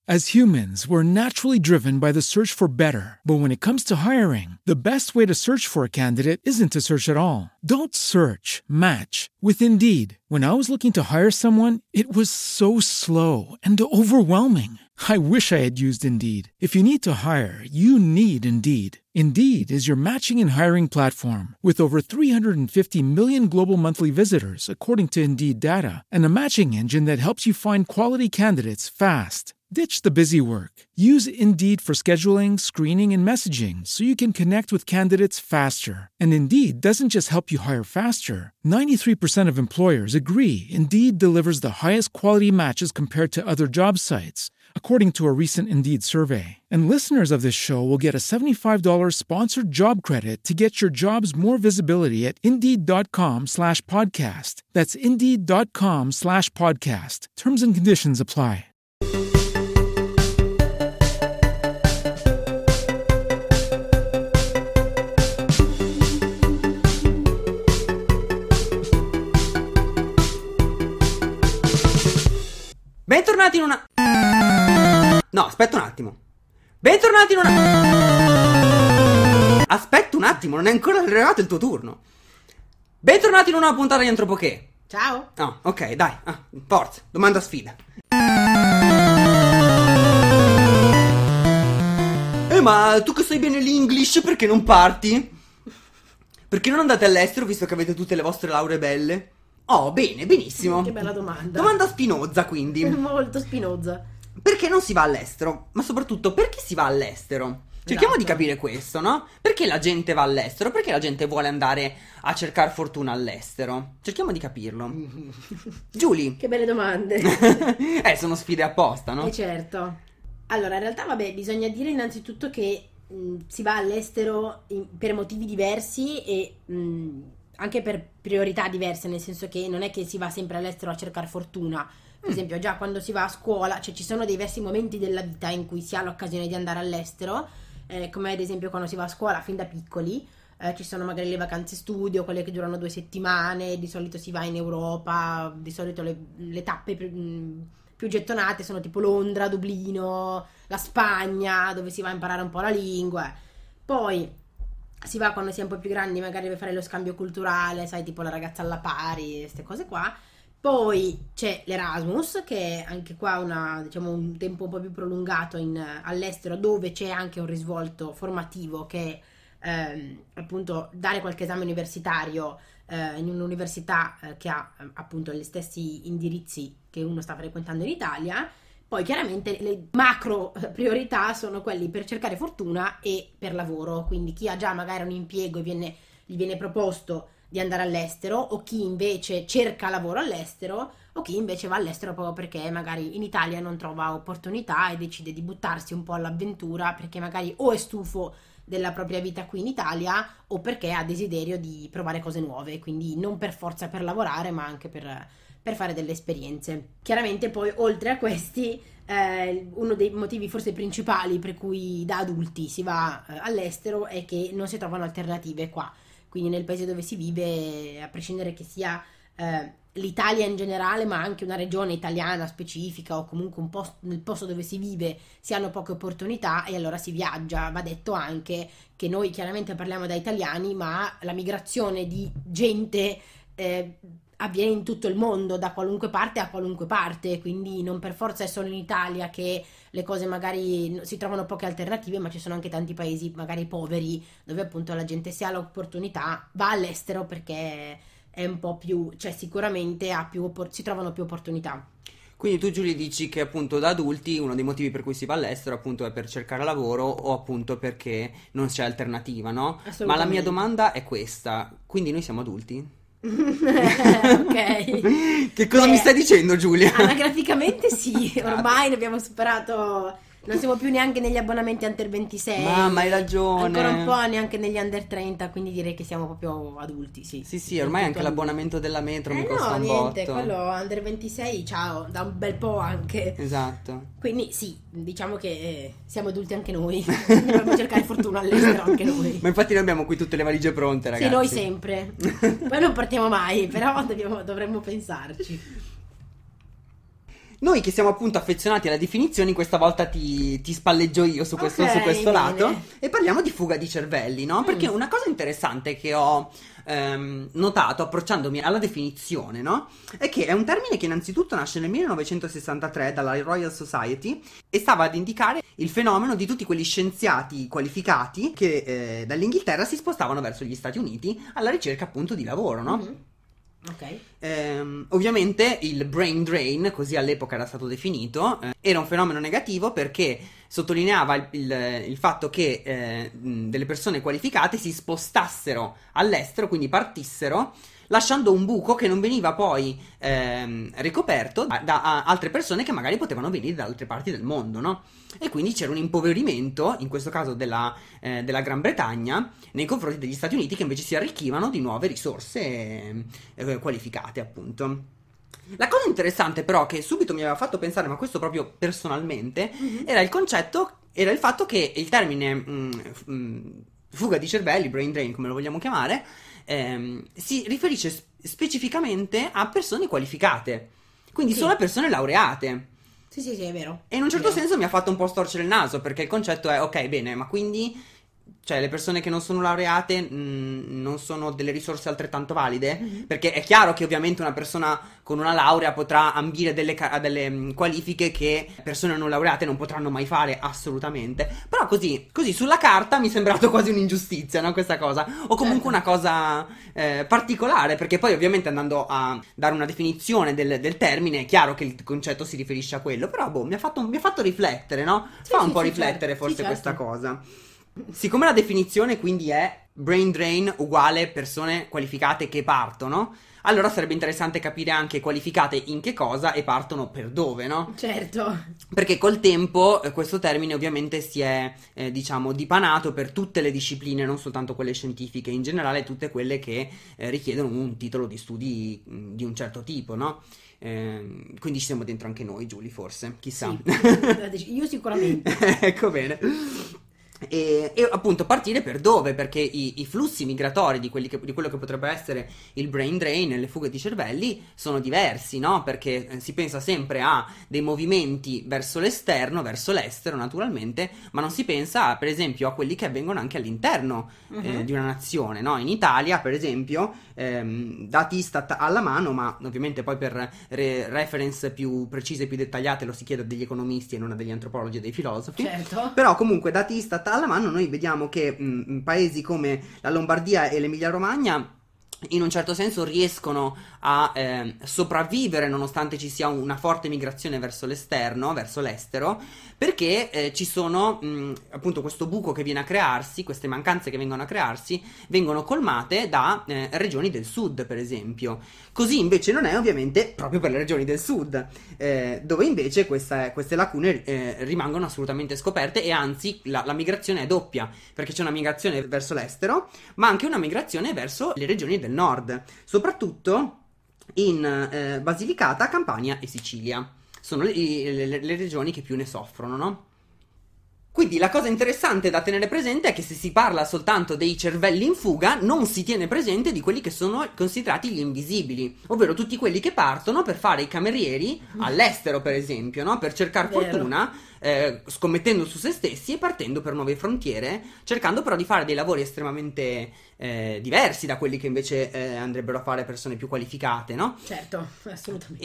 As humans, we're naturally driven by the search for better. But when it comes to hiring, the best way to search for a candidate isn't to search at all. Don't search, match with Indeed. When I was looking to hire someone, it was so slow and overwhelming. I wish I had used Indeed. If you need to hire, you need Indeed. Indeed is your matching and hiring platform with over 350 million global monthly visitors, according to Indeed data, and a matching engine that helps you find quality candidates fast. Ditch the busy work. Use Indeed for scheduling, screening, and messaging so you can connect with candidates faster. And Indeed doesn't just help you hire faster. 93% of employers agree Indeed delivers the highest quality matches compared to other job sites, according to a recent Indeed survey. And listeners of this show will get a $75 sponsored job credit to get your jobs more visibility at Indeed.com/podcast. That's Indeed.com/podcast. Terms and conditions apply. Bentornati in una... No, aspetta un attimo. Bentornati in una... Aspetta un attimo, non è ancora arrivato il tuo turno. Bentornati in una puntata di Antropoché. Ciao. Oh, ok, dai, forza, domanda sfida. Ma tu che sai bene l'English, perché non parti? Perché non andate all'estero, visto che avete tutte le vostre lauree belle? Oh, bene, benissimo. Che bella domanda. Domanda spinoza, quindi. Molto spinoza. Perché non si va all'estero? Ma soprattutto, perché si va all'estero? Cerchiamo di capire questo, no? Perché la gente va all'estero? Perché la gente vuole andare a cercare fortuna all'estero? Cerchiamo di capirlo. Giulia. Che belle domande. Sono sfide apposta, no? Certo. Allora, in realtà, vabbè, bisogna dire innanzitutto che si va all'estero per motivi diversi e anche per priorità diverse, nel senso che non è che si va sempre all'estero a cercare fortuna. Per esempio, già quando si va a scuola, cioè ci sono diversi momenti della vita in cui si ha l'occasione di andare all'estero, come ad esempio quando si va a scuola fin da piccoli. Ci sono magari le vacanze studio, quelle che durano 2 settimane, di solito si va in Europa, di solito le tappe più gettonate sono tipo Londra, Dublino, la Spagna, dove si va a imparare un po' la lingua. Poi si va quando si è un po' più grandi, magari per fare lo scambio culturale, sai, tipo la ragazza alla pari, queste cose qua. Poi c'è l'Erasmus, che è anche qua un tempo un po' più prolungato all'estero, dove c'è anche un risvolto formativo che appunto dare qualche esame universitario in un'università che ha appunto gli stessi indirizzi che uno sta frequentando in Italia. Poi chiaramente le macro priorità sono quelli per cercare fortuna e per lavoro, quindi chi ha già magari un impiego e gli viene proposto di andare all'estero, o chi invece cerca lavoro all'estero, o chi invece va all'estero proprio perché magari in Italia non trova opportunità e decide di buttarsi un po' all'avventura perché magari o è stufo della propria vita qui in Italia o perché ha desiderio di provare cose nuove, quindi non per forza per lavorare ma anche per fare delle esperienze. Chiaramente poi oltre a questi uno dei motivi forse principali per cui da adulti si va all'estero è che non si trovano alternative qua, quindi nel paese dove si vive, a prescindere che sia l'Italia in generale ma anche una regione italiana specifica o comunque nel posto dove si vive si hanno poche opportunità e allora si viaggia. Va detto anche che noi chiaramente parliamo da italiani ma la migrazione di gente avviene in tutto il mondo, da qualunque parte a qualunque parte, quindi non per forza è solo in Italia che le cose magari si trovano poche alternative, ma ci sono anche tanti paesi magari poveri dove appunto la gente, se ha l'opportunità, va all'estero perché è un po' più, cioè sicuramente si trovano più opportunità. Quindi tu, Giulia, dici che appunto da adulti uno dei motivi per cui si va all'estero appunto è per cercare lavoro o appunto perché non c'è alternativa, no? Assolutamente. Ma la mia domanda è questa: quindi noi siamo adulti? Ok. Che cosa mi stai dicendo, Giulia? Anagraficamente sì, ormai ne abbiamo superato. Non siamo più neanche negli abbonamenti under 26. Mamma, hai ragione. Ancora un po' neanche negli under 30, quindi direi che siamo proprio adulti, sì. Sì, ormai anche l'abbonamento della metro mi costa un niente, botto. quello under 26, ciao, da un bel po' anche. Esatto. Quindi sì, diciamo che siamo adulti anche noi. Dobbiamo cercare fortuna all'estero anche noi. Ma infatti noi abbiamo qui tutte le valigie pronte, ragazzi. Sì, noi sempre. Poi non partiamo mai, però dovremmo pensarci. Noi che siamo appunto affezionati alle definizioni, questa volta ti spalleggio io su questo bene. lato e parliamo di fuga di cervelli, no? Perché una cosa interessante che ho notato approcciandomi alla definizione, no? È che è un termine che innanzitutto nasce nel 1963 dalla Royal Society e stava ad indicare il fenomeno di tutti quegli scienziati qualificati che dall'Inghilterra si spostavano verso gli Stati Uniti alla ricerca appunto di lavoro, no? Mhm. Ok. Ovviamente il brain drain, così all'epoca era stato definito, era un fenomeno negativo perché sottolineava il fatto che delle persone qualificate si spostassero all'estero, quindi partissero, lasciando un buco che non veniva poi ricoperto da altre persone che magari potevano venire da altre parti del mondo, no? E quindi c'era un impoverimento, in questo caso della Gran Bretagna, nei confronti degli Stati Uniti, che invece si arricchivano di nuove risorse qualificate, appunto. La cosa interessante però che subito mi aveva fatto pensare, ma questo proprio personalmente, era il concetto, era il fatto che il termine fuga di cervelli, brain drain come lo vogliamo chiamare, si riferisce specificamente a persone qualificate, quindi Sì. solo a persone laureate. Sì, è vero. E in un certo È vero. senso mi ha fatto un po' storcere il naso, perché il concetto è, ok, bene, ma quindi, cioè, le persone che non sono laureate non sono delle risorse altrettanto valide? Perché è chiaro che ovviamente una persona con una laurea potrà ambire a delle qualifiche che persone non laureate non potranno mai fare, assolutamente. Però così sulla carta mi è sembrato quasi un'ingiustizia, no, questa cosa? O comunque una cosa particolare, perché poi ovviamente andando a dare una definizione del termine è chiaro che il concetto si riferisce a quello, però boh, mi ha fatto riflettere, no? Fa un po' riflettere certo. forse Sì, certo. questa cosa. Siccome la definizione quindi è brain drain uguale persone qualificate che partono, allora sarebbe interessante capire anche qualificate in che cosa e partono per dove, no? Certo. Perché col tempo questo termine ovviamente si è, diciamo, dipanato per tutte le discipline, non soltanto quelle scientifiche, in generale tutte quelle che richiedono un titolo di studi di un certo tipo, no? Quindi ci siamo dentro anche noi, Giulia, forse, chissà. Sì, io sicuramente. Ecco bene. E appunto partire per dove? Perché i flussi migratori di quello che potrebbe essere il brain drain, le fughe di cervelli, sono diversi, no? Perché si pensa sempre a dei movimenti verso l'esterno, verso l'estero naturalmente, ma non si pensa per esempio a quelli che avvengono anche all'interno di una nazione, no? In Italia per esempio, dati Istat alla mano, ma ovviamente poi per reference più precise e più dettagliate lo si chiede a degli economisti e non a degli antropologi e dei filosofi. Certo. Però comunque dati Istat alla mano noi vediamo che paesi come la Lombardia e l'Emilia Romagna in un certo senso riescono a sopravvivere nonostante ci sia una forte migrazione verso l'esterno, verso l'estero, perché ci sono appunto questo buco che viene a crearsi, queste mancanze che vengono a crearsi, vengono colmate da regioni del sud, per esempio. Così invece non è ovviamente proprio per le regioni del sud, dove invece queste lacune rimangono assolutamente scoperte e anzi la migrazione è doppia, perché c'è una migrazione verso l'estero, ma anche una migrazione verso le regioni del nord, soprattutto in Basilicata, Campania e Sicilia. Sono le regioni che più ne soffrono, no? Quindi la cosa interessante da tenere presente è che se si parla soltanto dei cervelli in fuga, non si tiene presente di quelli che sono considerati gli invisibili, ovvero tutti quelli che partono per fare i camerieri all'estero, per esempio, no? Per cercare Vero. fortuna, scommettendo su se stessi e partendo per nuove frontiere, cercando però di fare dei lavori estremamente diversi da quelli che invece andrebbero a fare persone più qualificate, no? Certo, assolutamente.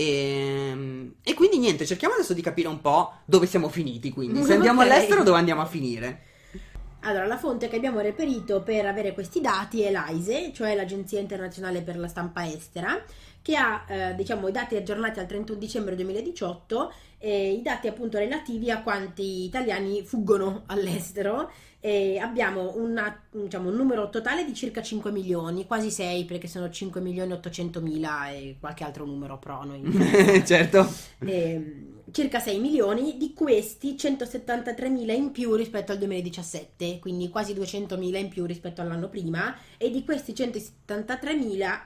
E quindi niente, cerchiamo adesso di capire un po' dove siamo finiti, quindi se andiamo Ok. all'estero dove andiamo a finire. Allora, la fonte che abbiamo reperito per avere questi dati è l'AISE, cioè l'Agenzia Internazionale per la Stampa Estera, che ha diciamo i dati aggiornati al 31 dicembre 2018, i dati appunto relativi a quanti italiani fuggono all'estero. E abbiamo diciamo, un numero totale di circa 5 milioni, quasi 6 perché sono 5 milioni 800 mila e qualche altro numero però noi Certo. circa 6 milioni, di questi 173.000 in più rispetto al 2017, quindi quasi 200.000 in più rispetto all'anno prima, e di questi 170.000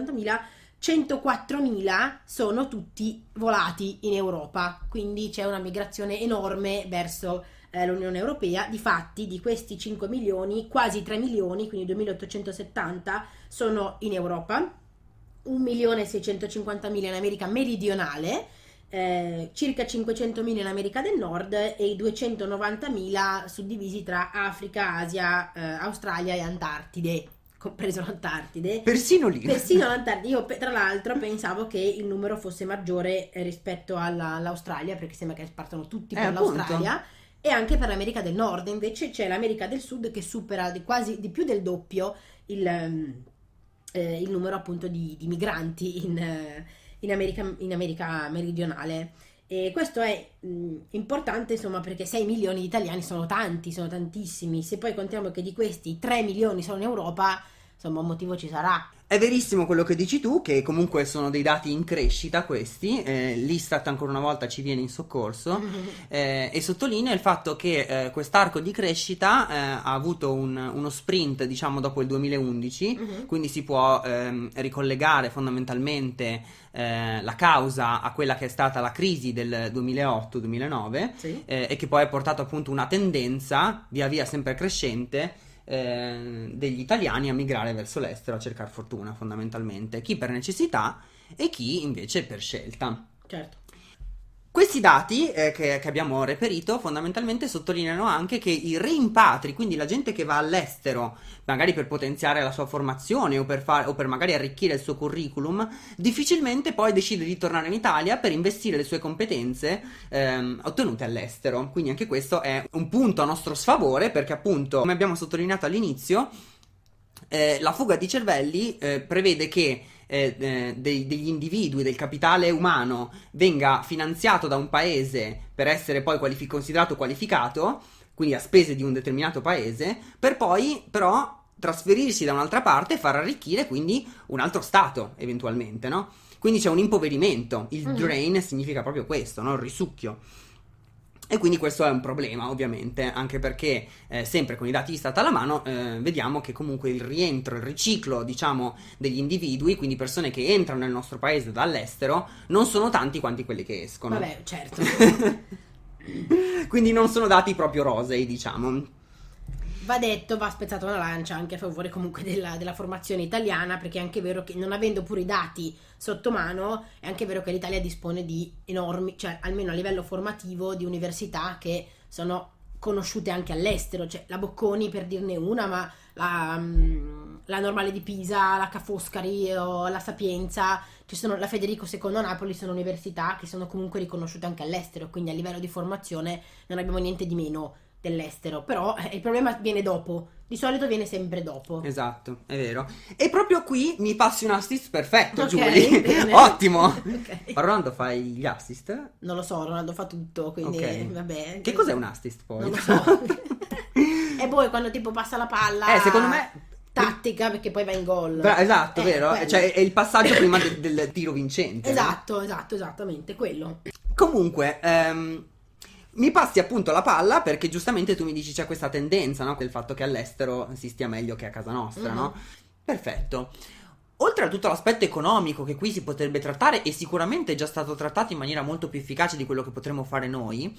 104.000 sono tutti volati in Europa, quindi c'è una migrazione enorme verso l'Unione Europea. Difatti di questi 5 milioni, quasi 3 milioni, quindi 2.870 sono in Europa, 1.650.000 in America meridionale, circa 500.000 in America del Nord e i 290.000 suddivisi tra Africa, Asia, Australia e Antartide, compreso l'Antartide. Persino lì. Persino l'Antartide. Io tra l'altro pensavo che il numero fosse maggiore rispetto all'Australia, perché sembra che partono tutti per l'Australia, e anche per l'America del Nord. Invece c'è l'America del Sud che supera quasi di più del doppio il numero appunto di migranti in America meridionale. E questo è importante, insomma, perché 6 milioni di italiani sono tanti, sono tantissimi. Se poi contiamo che di questi 3 milioni sono in Europa, insomma, un motivo ci sarà. È verissimo quello che dici tu, che comunque sono dei dati in crescita questi, l'Istat ancora una volta ci viene in soccorso, e sottolinea il fatto che quest'arco di crescita ha avuto uno sprint, diciamo, dopo il 2011, quindi si può ricollegare fondamentalmente la causa a quella che è stata la crisi del 2008-2009, Sì. E che poi ha portato appunto una tendenza via via sempre crescente degli italiani a migrare verso l'estero a cercare fortuna, fondamentalmente, chi per necessità e chi invece per scelta. Certo. Questi dati che abbiamo reperito fondamentalmente sottolineano anche che i rimpatri, quindi la gente che va all'estero magari per potenziare la sua formazione o per magari arricchire il suo curriculum, difficilmente poi decide di tornare in Italia per investire le sue competenze ottenute all'estero. Quindi anche questo è un punto a nostro sfavore, perché appunto, come abbiamo sottolineato all'inizio, la fuga di cervelli prevede che degli individui, del capitale umano venga finanziato da un paese per essere poi considerato qualificato, quindi a spese di un determinato paese, per poi però trasferirsi da un'altra parte e far arricchire quindi un altro stato eventualmente, no? Quindi c'è un impoverimento, il drain significa proprio questo, no? Il risucchio. E quindi questo è un problema, ovviamente, anche perché sempre con i dati Istat alla mano vediamo che comunque il rientro, il riciclo, diciamo, degli individui, quindi persone che entrano nel nostro paese dall'estero, non sono tanti quanti quelli che escono. Vabbè, certo. Quindi non sono dati proprio rosei, diciamo. Va detto, va spezzata una lancia anche a favore comunque della formazione italiana, perché è anche vero che non avendo pure i dati sotto mano, è anche vero che l'Italia dispone di enormi, cioè almeno a livello formativo, di università che sono conosciute anche all'estero, cioè la Bocconi per dirne una, ma la Normale di Pisa, la Ca' Foscari o la Sapienza, la Federico II a Napoli, sono università che sono comunque riconosciute anche all'estero, quindi a livello di formazione non abbiamo niente di meno dell'estero, però il problema viene dopo, di solito viene sempre dopo. Esatto, è vero. E proprio qui mi passi un assist perfetto, Ok, Giulia. bene. Ottimo. Ok. Ma Rolando fai gli assist? Non lo so, Ronaldo fa tutto, quindi Ok. vabbè. Che cos'è un assist poi? Non lo so. E poi quando tipo passa la palla, secondo me tattica, perché poi va in gol. Esatto, vero? quello. Cioè è il passaggio prima del tiro vincente. no? Esatto, esattamente, quello. Comunque, mi passi appunto la palla perché giustamente tu mi dici c'è questa tendenza, no? Del fatto che all'estero si stia meglio che a casa nostra, no? Perfetto. Oltre a tutto l'aspetto economico che qui si potrebbe trattare e sicuramente è già stato trattato in maniera molto più efficace di quello che potremmo fare noi,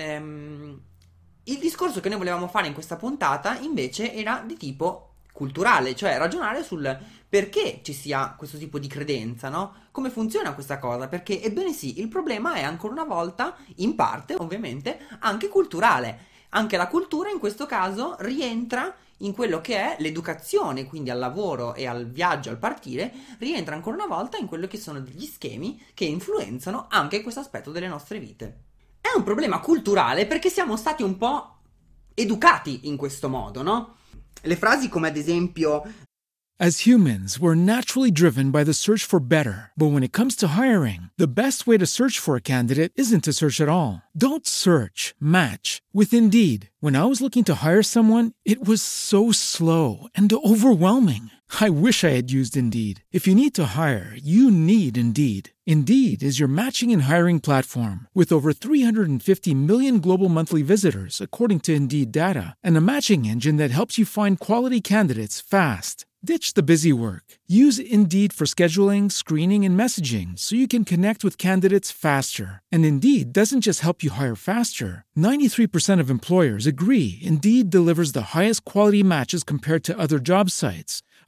il discorso che noi volevamo fare in questa puntata invece era di tipo culturale, cioè ragionare sul perché ci sia questo tipo di credenza, no? Come funziona questa cosa? Perché, ebbene sì, il problema è ancora una volta, in parte, ovviamente, anche culturale. Anche la cultura, in questo caso, rientra in quello che è l'educazione, quindi al lavoro e al viaggio, al partire, rientra ancora una volta in quello che sono degli schemi che influenzano anche questo aspetto delle nostre vite. È un problema culturale perché siamo stati un po' educati in questo modo, no? Le frasi come ad esempio As humans, we're naturally driven by the search for better. But when it comes to hiring, the best way to search for a candidate isn't to search at all. Don't search, match with Indeed. When I was looking to hire someone, it was so slow and overwhelming. I wish I had used Indeed. If you need to hire, you need Indeed. Indeed is your matching and hiring platform with over 350 million global monthly visitors, according to Indeed data, and a matching engine that helps you find quality candidates fast. Ditch the busy work. Use Indeed for scheduling, screening, and messaging so you can connect with candidates faster. And Indeed doesn't just help you hire faster. 93% of employers agree Indeed delivers the highest quality matches compared to other job sites.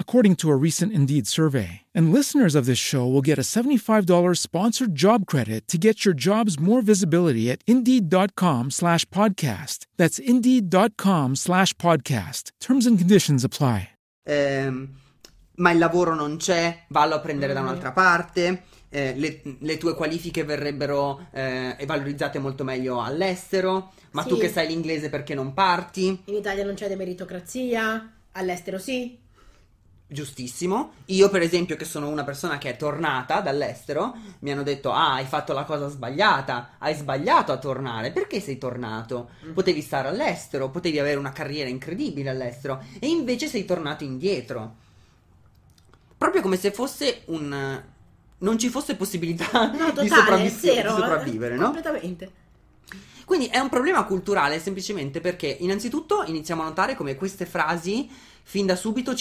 according to a recent Indeed survey. And listeners of this show will get a $75 sponsored job credit to get your jobs more visibility at Indeed.com/podcast. That's Indeed.com/podcast. Terms and conditions apply. Ma il lavoro non c'è, vallo a prendere da un'altra parte. Le tue qualifiche verrebbero valorizzate molto meglio all'estero. Ma Sì. tu che sai l'inglese perché non parti? In Italia non c'è demeritocrazia, all'estero sì. Giustissimo. Io per esempio, che sono una persona che è tornata dall'estero, mi hanno detto: ah, hai fatto la cosa sbagliata, hai sbagliato a tornare. Perché sei tornato? Potevi stare all'estero, potevi avere una carriera incredibile all'estero, e invece sei tornato indietro. Proprio come se fosse non ci fosse possibilità No, di totale, zero, sopravvivere, no? completamente. Quindi è un problema culturale, semplicemente perché innanzitutto iniziamo a notare come queste frasi fin da subito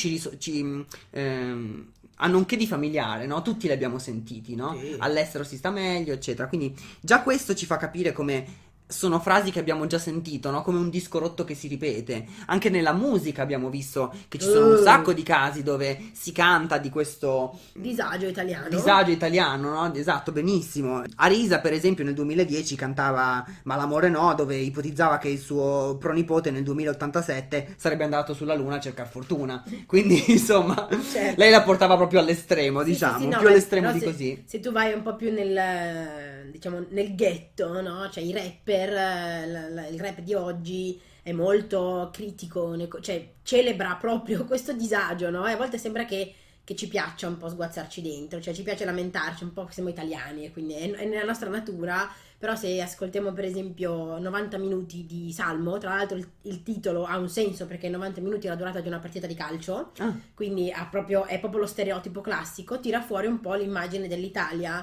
hanno un che di familiare, no? Tutti li abbiamo sentiti, no? Sì. All'estero si sta meglio, eccetera. Quindi già questo ci fa capire come sono frasi che abbiamo già sentito, no? Come un disco rotto che si ripete. Anche nella musica abbiamo visto che ci sono un sacco di casi dove si canta di questo Disagio italiano. disagio italiano, no? Esatto, benissimo. Arisa, per esempio, nel 2010 cantava Ma l'amore no, dove ipotizzava che il suo pronipote nel 2087 sarebbe andato sulla luna a cercare fortuna. Quindi, insomma, Certo. lei la portava proprio all'estremo, Sì, diciamo, sì, sì, no, più all'estremo però di così. Se tu vai un po' più diciamo, nel ghetto, no? Cioè i rapper, il rap di oggi è molto critico, cioè celebra proprio questo disagio, no? E a volte sembra che ci piaccia un po' sguazzarci dentro, cioè ci piace lamentarci un po', che siamo italiani e quindi è nella nostra natura. Però se ascoltiamo per esempio 90 minuti di Salmo, tra l'altro il titolo ha un senso perché 90 minuti è la durata di una partita di calcio, quindi è proprio lo stereotipo classico, tira fuori un po' l'immagine dell'Italia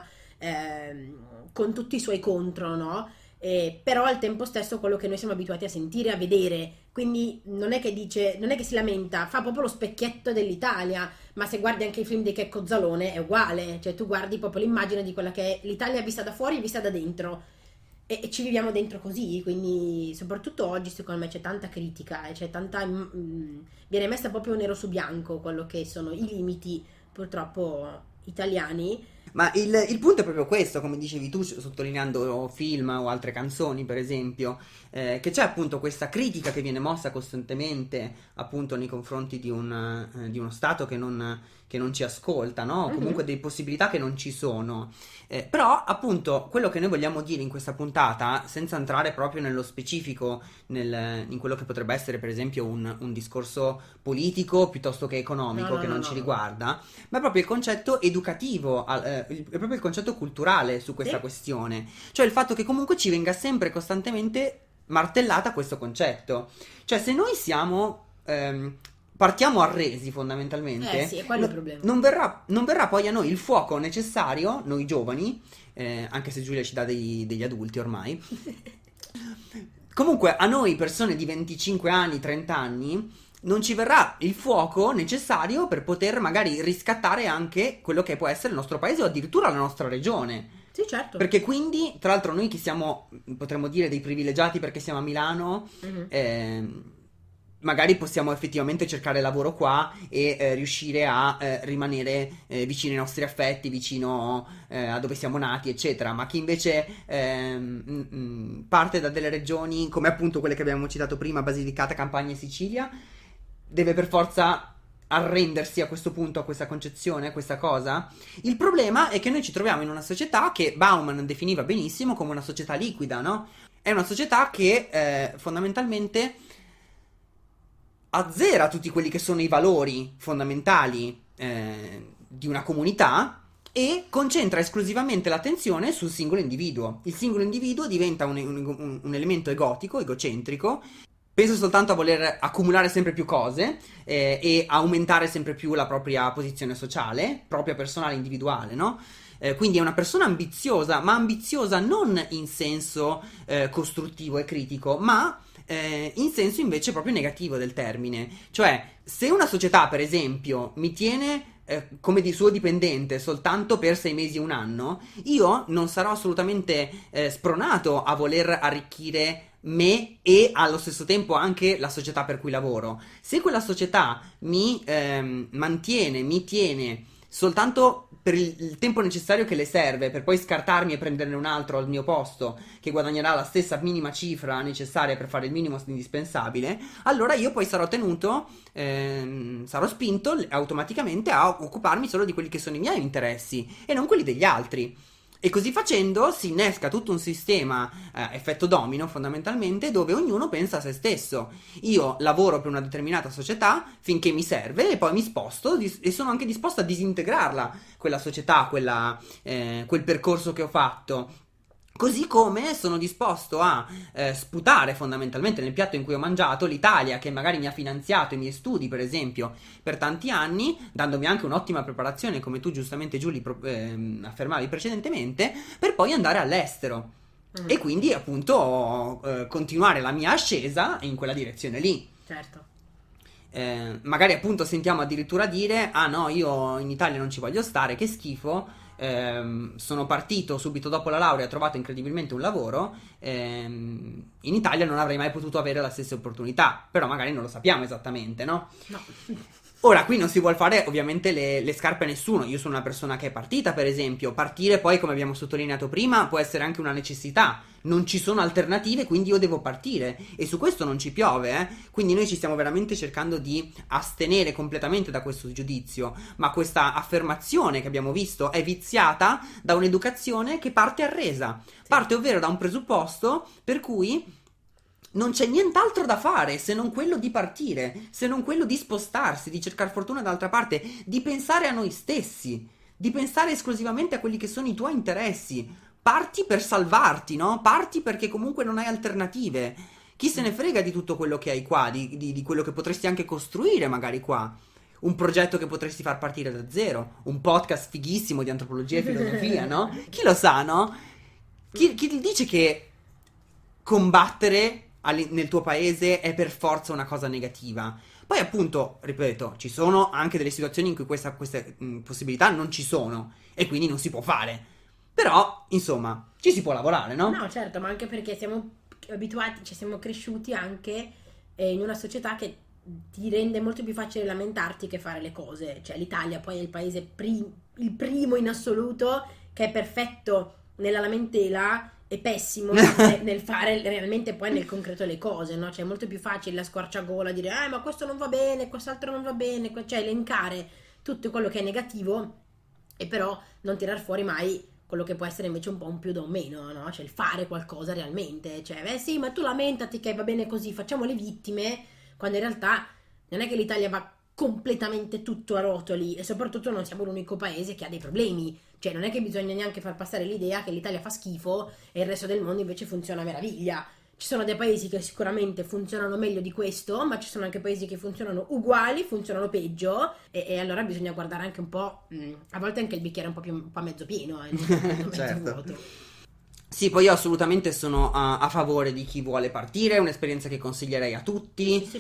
con tutti i suoi contro, no? Però al tempo stesso quello che noi siamo abituati a sentire, a vedere, quindi non è che si lamenta, fa proprio lo specchietto dell'Italia. Ma se guardi anche i film di Checco Zalone è uguale, cioè tu guardi proprio l'immagine di quella che è l'Italia vista da fuori e vista da dentro, e ci viviamo dentro così. Quindi soprattutto oggi secondo me c'è tanta critica e c'è tanta viene messa proprio nero su bianco quello che sono i limiti purtroppo italiani. Ma il punto è proprio questo, come dicevi tu, sottolineando film o altre canzoni, per esempio, che c'è appunto questa critica che viene mossa costantemente appunto nei confronti di uno Stato che non ci ascolta, no? Comunque delle possibilità che non ci sono. Però appunto quello che noi vogliamo dire in questa puntata, senza entrare proprio nello specifico, in quello che potrebbe essere per esempio un discorso politico piuttosto che economico che non ci riguarda, ma è proprio il concetto educativo, è proprio il concetto culturale su questa questione. Cioè il fatto che comunque ci venga sempre costantemente martellata questo concetto. Cioè se noi partiamo arresi fondamentalmente, Sì, è quello il problema. non verrà poi a noi il fuoco necessario, noi giovani, anche se Giulia ci dà degli adulti ormai. Comunque a noi persone di 25 anni, 30 anni, non ci verrà il fuoco necessario per poter magari riscattare anche quello che può essere il nostro paese o addirittura la nostra regione. Sì, certo. Perché quindi, tra l'altro, noi che siamo, potremmo dire, dei privilegiati perché siamo a Milano, magari possiamo effettivamente cercare lavoro qua e riuscire a rimanere vicino ai nostri affetti, vicino a dove siamo nati, eccetera. Ma chi invece parte da delle regioni come appunto quelle che abbiamo citato prima, Basilicata, Campania e Sicilia, deve per forza arrendersi a questo punto a questa concezione, a questa cosa. Il problema è che noi ci troviamo in una società che Bauman definiva benissimo come una società liquida, no? È una società che fondamentalmente azzera tutti quelli che sono i valori fondamentali di una comunità e concentra esclusivamente l'attenzione sul singolo individuo. Il singolo individuo diventa un elemento egocentrico. Pensa soltanto a voler accumulare sempre più cose e aumentare sempre più la propria posizione sociale, propria personale, individuale, no? Quindi è una persona ambiziosa, ma ambiziosa non in senso costruttivo e critico, ma in senso invece proprio negativo del termine. Cioè, se una società, per esempio, mi tiene come di suo dipendente soltanto per 6 mesi, un anno, io non sarò assolutamente spronato a voler arricchire me e allo stesso tempo anche la società per cui lavoro. Se quella società mi mantiene, mi tiene soltanto per il tempo necessario che le serve per poi scartarmi e prenderne un altro al mio posto che guadagnerà la stessa minima cifra necessaria per fare il minimo indispensabile, allora io poi sarò tenuto, sarò spinto automaticamente a occuparmi solo di quelli che sono i miei interessi e non quelli degli altri. E così facendo si innesca tutto un sistema, effetto domino fondamentalmente, dove ognuno pensa a se stesso. Io lavoro per una determinata società finché mi serve e poi mi sposto e sono anche disposto a disintegrarla, quella società, quel percorso che ho fatto. Così come sono disposto a sputare fondamentalmente nel piatto in cui ho mangiato l'Italia, che magari mi ha finanziato i miei studi, per esempio, per tanti anni, dandomi anche un'ottima preparazione, come tu giustamente, Giulia, affermavi precedentemente, per poi andare all'estero. E quindi, appunto, continuare la mia ascesa in quella direzione lì. Certo. Magari, appunto, sentiamo addirittura dire: ah no, io in Italia non ci voglio stare, che schifo. Sono partito subito dopo la laurea, ho trovato incredibilmente un lavoro, in Italia non avrei mai potuto avere la stessa opportunità, però magari non lo sappiamo esattamente, no? No. Ora, qui non si vuol fare ovviamente le scarpe a nessuno. Io sono una persona che è partita, per esempio. Partire poi, come abbiamo sottolineato prima, può essere anche una necessità. Non ci sono alternative, quindi io devo partire. E su questo non ci piove, Quindi noi ci stiamo veramente cercando di astenere completamente da questo giudizio. Ma questa affermazione che abbiamo visto è viziata da un'educazione che parte a resa. Parte ovvero da un presupposto per cui non c'è nient'altro da fare se non quello di partire, se non quello di spostarsi, di cercare fortuna dall'altra parte, di pensare a noi stessi, di pensare esclusivamente a quelli che sono i tuoi interessi. Parti per salvarti, no? Parti perché comunque non hai alternative. Chi se ne frega di tutto quello che hai qua, di quello che potresti anche costruire magari qua. Un progetto che potresti far partire da zero, un podcast fighissimo di antropologia e filosofia, no? Chi lo sa, no? Chi ti dice che combattere nel tuo paese è per forza una cosa negativa? Poi appunto, ripeto, ci sono anche delle situazioni in cui queste possibilità non ci sono e quindi non si può fare. Però, insomma, ci si può lavorare, no? No, certo, ma anche perché siamo abituati, cioè siamo cresciuti anche in una società che ti rende molto più facile lamentarti che fare le cose. Cioè l'Italia poi è il paese il primo in assoluto che è perfetto nella lamentela e pessimo nel fare realmente poi nel concreto le cose, no? Cioè è molto più facile la squarciagola dire ma questo non va bene, quest'altro non va bene, cioè elencare tutto quello che è negativo e però non tirar fuori mai quello che può essere invece un po' un più da un meno, no? Cioè il fare qualcosa realmente, cioè sì, ma tu lamentati che va bene così, facciamo le vittime, quando in realtà non è che l'Italia va completamente tutto a rotoli e soprattutto non siamo l'unico paese che ha dei problemi. Cioè non è che bisogna neanche far passare l'idea che l'Italia fa schifo e il resto del mondo invece funziona a meraviglia. Ci sono dei paesi che sicuramente funzionano meglio di questo, ma ci sono anche paesi che funzionano uguali, funzionano peggio e allora bisogna guardare anche un po', a volte anche il bicchiere un po' mezzo pieno, non certo. mezzo vuoto. Sì, poi io assolutamente sono a favore di chi vuole partire, è un'esperienza che consiglierei a tutti, Sì,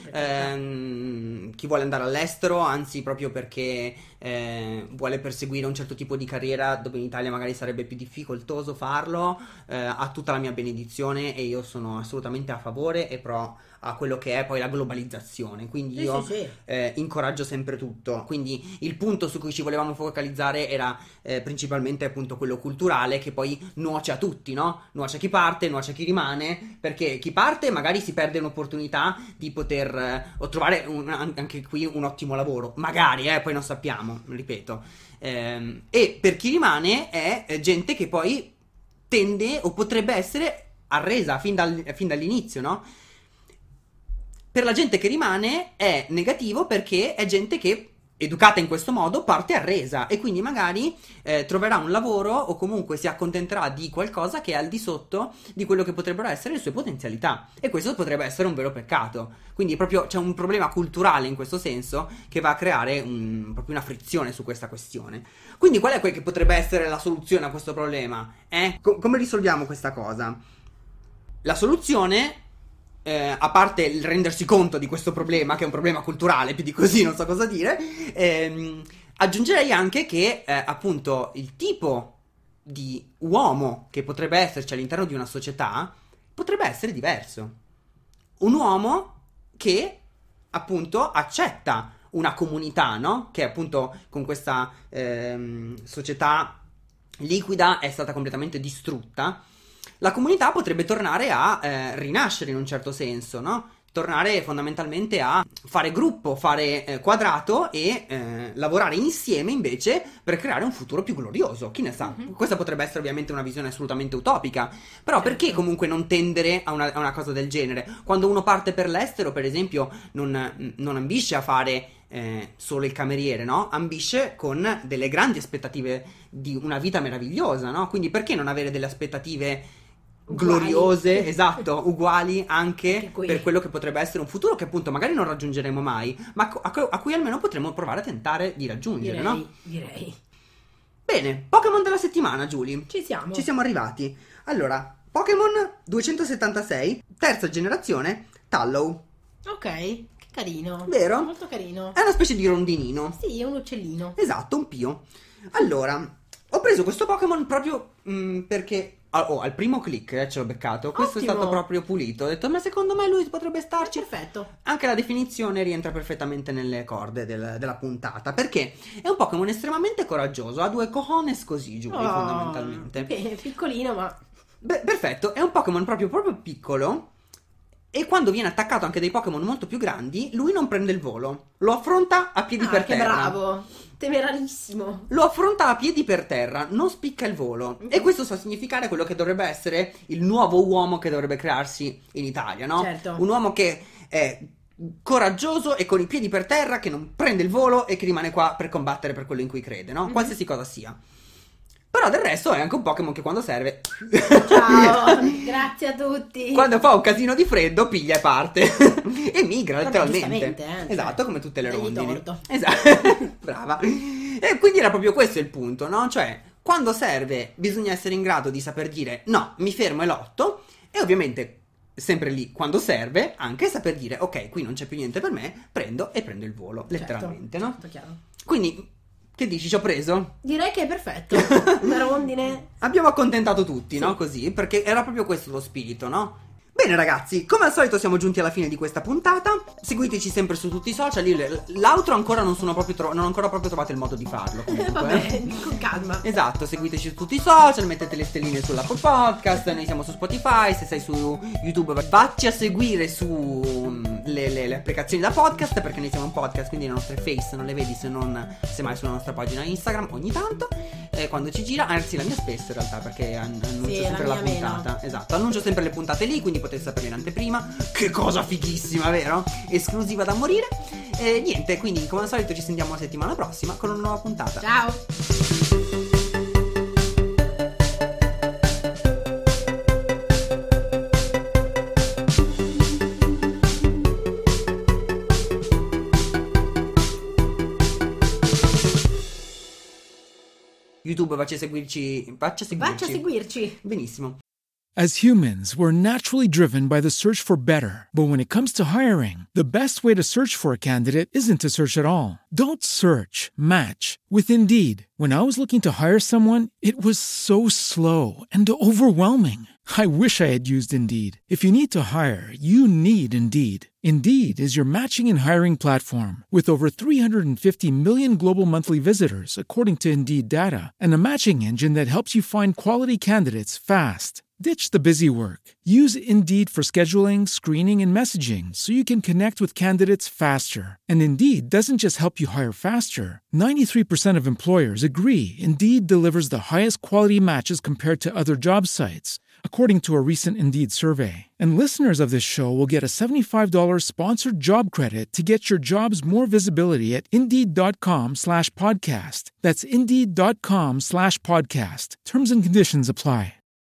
chi vuole andare all'estero, anzi proprio perché vuole perseguire un certo tipo di carriera dove in Italia magari sarebbe più difficoltoso farlo, ha tutta la mia benedizione e io sono assolutamente a favore e pro a quello che è poi la globalizzazione, quindi io incoraggio sempre tutto. Quindi il punto su cui ci volevamo focalizzare era principalmente appunto quello culturale, che poi nuoce a tutti, no? Nuoce a chi parte, nuoce a chi rimane, perché chi parte magari si perde un'opportunità di poter o trovare anche qui un ottimo lavoro, magari, poi non sappiamo, ripeto, e per chi rimane è gente che poi tende o potrebbe essere arresa fin dall'inizio, no? Per la gente che rimane è negativo perché è gente che, educata in questo modo, parte arresa e quindi magari troverà un lavoro o comunque si accontenterà di qualcosa che è al di sotto di quello che potrebbero essere le sue potenzialità, e questo potrebbe essere un vero peccato. Quindi proprio c'è un problema culturale in questo senso che va a creare proprio una frizione su questa questione. Quindi qual è che potrebbe essere la soluzione a questo problema? Come risolviamo questa cosa? La soluzione, a parte il rendersi conto di questo problema, che è un problema culturale, più di così non so cosa dire, aggiungerei anche che appunto il tipo di uomo che potrebbe esserci all'interno di una società potrebbe essere diverso. Un uomo che appunto accetta una comunità, no? Che appunto con questa società liquida è stata completamente distrutta. La comunità potrebbe tornare a rinascere in un certo senso, no? Tornare fondamentalmente a fare gruppo, fare quadrato e lavorare insieme invece per creare un futuro più glorioso. Chi ne sa? Questa potrebbe essere ovviamente una visione assolutamente utopica, però perché comunque non tendere a una cosa del genere? Quando uno parte per l'estero, per esempio, non ambisce a fare solo il cameriere, no? Ambisce con delle grandi aspettative di una vita meravigliosa, no? Quindi perché non avere delle aspettative gloriose, esatto, uguali anche per quello che potrebbe essere un futuro che appunto magari non raggiungeremo mai, ma a cui almeno potremo provare a tentare di raggiungere, no? Direi. Bene, Pokémon della settimana, Giulia. Ci siamo arrivati. Allora, Pokémon 276, terza generazione, Tallow. Ok, che carino. Vero? Molto carino. È una specie di rondinino. Sì, è un uccellino. Esatto, un pio. Allora, ho preso questo Pokémon proprio perché al primo click ce l'ho beccato. Questo Ottimo. è stato proprio pulito. Ho detto, ma secondo me lui potrebbe starci. Perfetto. Anche la definizione rientra perfettamente nelle corde della puntata, perché è un Pokémon estremamente coraggioso. Ha 2 cojones così, Giulia, fondamentalmente. Piccolino, ma Beh, perfetto, è un Pokémon proprio piccolo. E quando viene attaccato anche dai Pokémon molto più grandi, lui non prende il volo. Lo affronta a piedi per terra. Che bravo. Temerarissimo. Lo affronta a piedi per terra, non spicca il volo. E questo sta a significare quello che dovrebbe essere il nuovo uomo che dovrebbe crearsi in Italia, no? Certo. Un uomo che è coraggioso e con i piedi per terra, che non prende il volo e che rimane qua per combattere per quello in cui crede, no? Qualsiasi cosa sia. Però del resto è anche un Pokémon che quando serve... Ciao, grazie a tutti. Quando fa un casino di freddo piglia e parte. E migra letteralmente. Esatto, come tutte le rondini. Esatto. Brava. E quindi era proprio questo il punto, no? Cioè, quando serve bisogna essere in grado di saper dire no, mi fermo e lotto. E ovviamente, sempre lì, quando serve, anche saper dire ok, qui non c'è più niente per me, prendo il volo, letteralmente, no? Chiaro. Quindi... Che dici, ci ho preso? Direi che è perfetto. Una rondine. Abbiamo accontentato tutti, Sì. no? Così, perché era proprio questo lo spirito, no? Bene ragazzi, come al solito siamo giunti alla fine di questa puntata. Seguiteci sempre su tutti i social. L'outro ancora non ho ancora proprio trovato il modo di farlo. Comunque. Vabbè, con calma. Esatto, seguiteci su tutti i social, mettete le stelline sull'Apple Podcast, noi siamo su Spotify, se sei su YouTube vacci a seguire su le applicazioni da podcast, perché noi siamo un podcast, quindi le nostre face non le vedi se mai sulla nostra pagina Instagram ogni tanto, quando ci gira, anzi la mia spesso in realtà, perché annuncio sempre la puntata. Meno. Esatto, annuncio sempre le puntate lì, quindi potete saperlo in anteprima. Che cosa fighissima, vero? Esclusiva da morire. E niente, quindi come al solito ci sentiamo la settimana prossima con una nuova puntata. Ciao. YouTube, faccia a seguirci. Benissimo. As humans, we're naturally driven by the search for better. But when it comes to hiring, the best way to search for a candidate isn't to search at all. Don't search, match with Indeed. When I was looking to hire someone, it was so slow and overwhelming. I wish I had used Indeed. If you need to hire, you need Indeed. Indeed is your matching and hiring platform with over 350 million global monthly visitors, according to Indeed data, and a matching engine that helps you find quality candidates fast. Ditch the busy work. Use Indeed for scheduling, screening, and messaging so you can connect with candidates faster. And Indeed doesn't just help you hire faster. 93% of employers agree Indeed delivers the highest quality matches compared to other job sites, according to a recent Indeed survey. And listeners of this show will get a $75 sponsored job credit to get your jobs more visibility at Indeed.com/podcast. That's Indeed.com/podcast. Terms and conditions apply.